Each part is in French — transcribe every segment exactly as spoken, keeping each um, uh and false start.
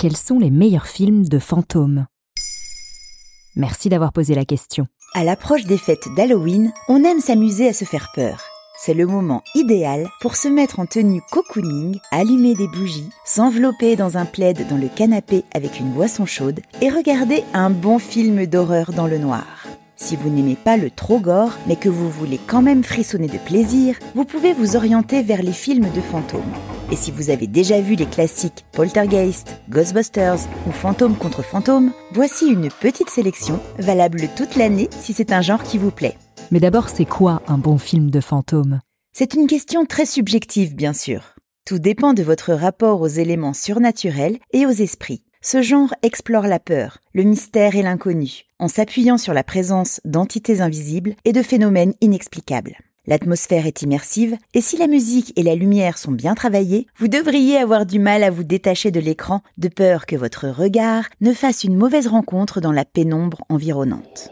quels sont les meilleurs films de fantômes ? Merci d'avoir posé la question. À l'approche des fêtes d'Halloween, on aime s'amuser à se faire peur. C'est le moment idéal pour se mettre en tenue cocooning, allumer des bougies, s'envelopper dans un plaid dans le canapé avec une boisson chaude et regarder un bon film d'horreur dans le noir. Si vous n'aimez pas le trop gore, mais que vous voulez quand même frissonner de plaisir, vous pouvez vous orienter vers les films de fantômes. Et si vous avez déjà vu les classiques Poltergeist, Ghostbusters ou Fantôme contre Fantôme, voici une petite sélection, valable toute l'année si c'est un genre qui vous plaît. Mais d'abord, c'est quoi un bon film de fantômes ? C'est une question très subjective, bien sûr. Tout dépend de votre rapport aux éléments surnaturels et aux esprits. Ce genre explore la peur, le mystère et l'inconnu, en s'appuyant sur la présence d'entités invisibles et de phénomènes inexplicables. L'atmosphère est immersive, et si la musique et la lumière sont bien travaillées, vous devriez avoir du mal à vous détacher de l'écran, de peur que votre regard ne fasse une mauvaise rencontre dans la pénombre environnante.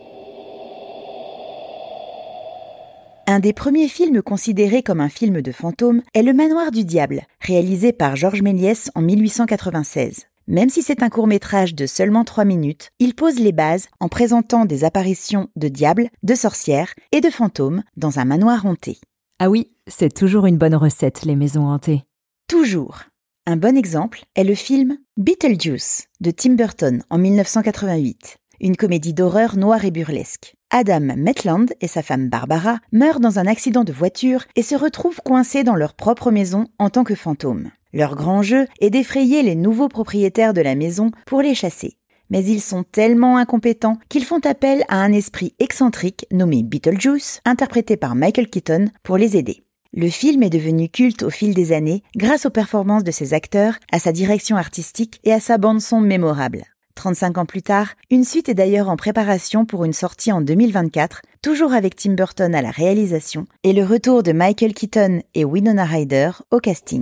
Un des premiers films considérés comme un film de fantôme est Le Manoir du Diable, réalisé par Georges Méliès en mille huit cent quatre-vingt-seize. Même si c'est un court-métrage de seulement trois minutes, il pose les bases en présentant des apparitions de diables, de sorcières et de fantômes dans un manoir hanté. Ah oui, c'est toujours une bonne recette, les maisons hantées. Toujours. Un bon exemple est le film Beetlejuice de Tim Burton en mille neuf cent quatre-vingt-huit, une comédie d'horreur noire et burlesque. Adam Maitland et sa femme Barbara meurent dans un accident de voiture et se retrouvent coincés dans leur propre maison en tant que fantômes. Leur grand jeu est d'effrayer les nouveaux propriétaires de la maison pour les chasser. Mais ils sont tellement incompétents qu'ils font appel à un esprit excentrique nommé Beetlejuice, interprété par Michael Keaton, pour les aider. Le film est devenu culte au fil des années grâce aux performances de ses acteurs, à sa direction artistique et à sa bande-son mémorable. trente-cinq ans plus tard, une suite est d'ailleurs en préparation pour une sortie en deux mille vingt-quatre, toujours avec Tim Burton à la réalisation, et le retour de Michael Keaton et Winona Ryder au casting.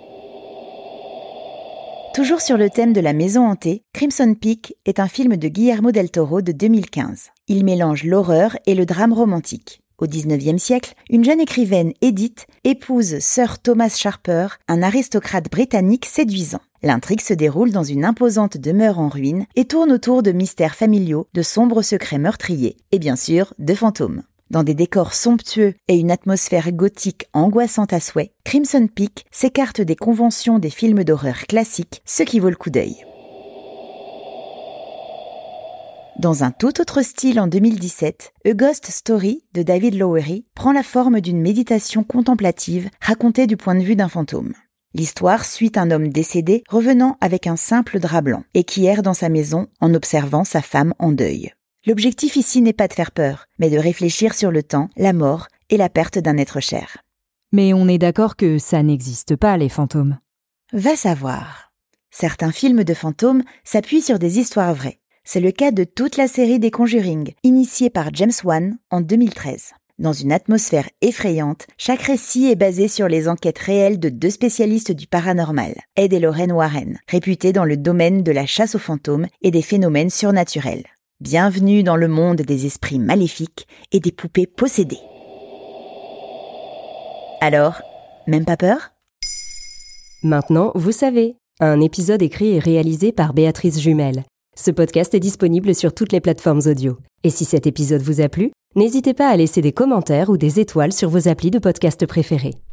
Toujours sur le thème de la maison hantée, Crimson Peak est un film de Guillermo del Toro de deux mille quinze. Il mélange l'horreur et le drame romantique. Au dix-neuvième siècle, une jeune écrivaine, Edith, épouse Sir Thomas Sharper, un aristocrate britannique séduisant. L'intrigue se déroule dans une imposante demeure en ruine et tourne autour de mystères familiaux, de sombres secrets meurtriers et bien sûr de fantômes. Dans des décors somptueux et une atmosphère gothique angoissante à souhait, Crimson Peak s'écarte des conventions des films d'horreur classiques, ce qui vaut le coup d'œil. Dans un tout autre style en deux mille dix-sept, A Ghost Story de David Lowery prend la forme d'une méditation contemplative racontée du point de vue d'un fantôme. L'histoire suit un homme décédé revenant avec un simple drap blanc et qui erre dans sa maison en observant sa femme en deuil. L'objectif ici n'est pas de faire peur, mais de réfléchir sur le temps, la mort et la perte d'un être cher. Mais on est d'accord que ça n'existe pas, les fantômes. Va savoir. Certains films de fantômes s'appuient sur des histoires vraies. C'est le cas de toute la série des Conjuring, initiée par James Wan en deux mille treize. Dans une atmosphère effrayante, chaque récit est basé sur les enquêtes réelles de deux spécialistes du paranormal, Ed et Lorraine Warren, réputés dans le domaine de la chasse aux fantômes et des phénomènes surnaturels. Bienvenue dans le monde des esprits maléfiques et des poupées possédées. Alors, même pas peur ? Maintenant, vous savez, un épisode écrit et réalisé par Béatrice Jumel. Ce podcast est disponible sur toutes les plateformes audio. Et si cet épisode vous a plu, n'hésitez pas à laisser des commentaires ou des étoiles sur vos applis de podcast préférés.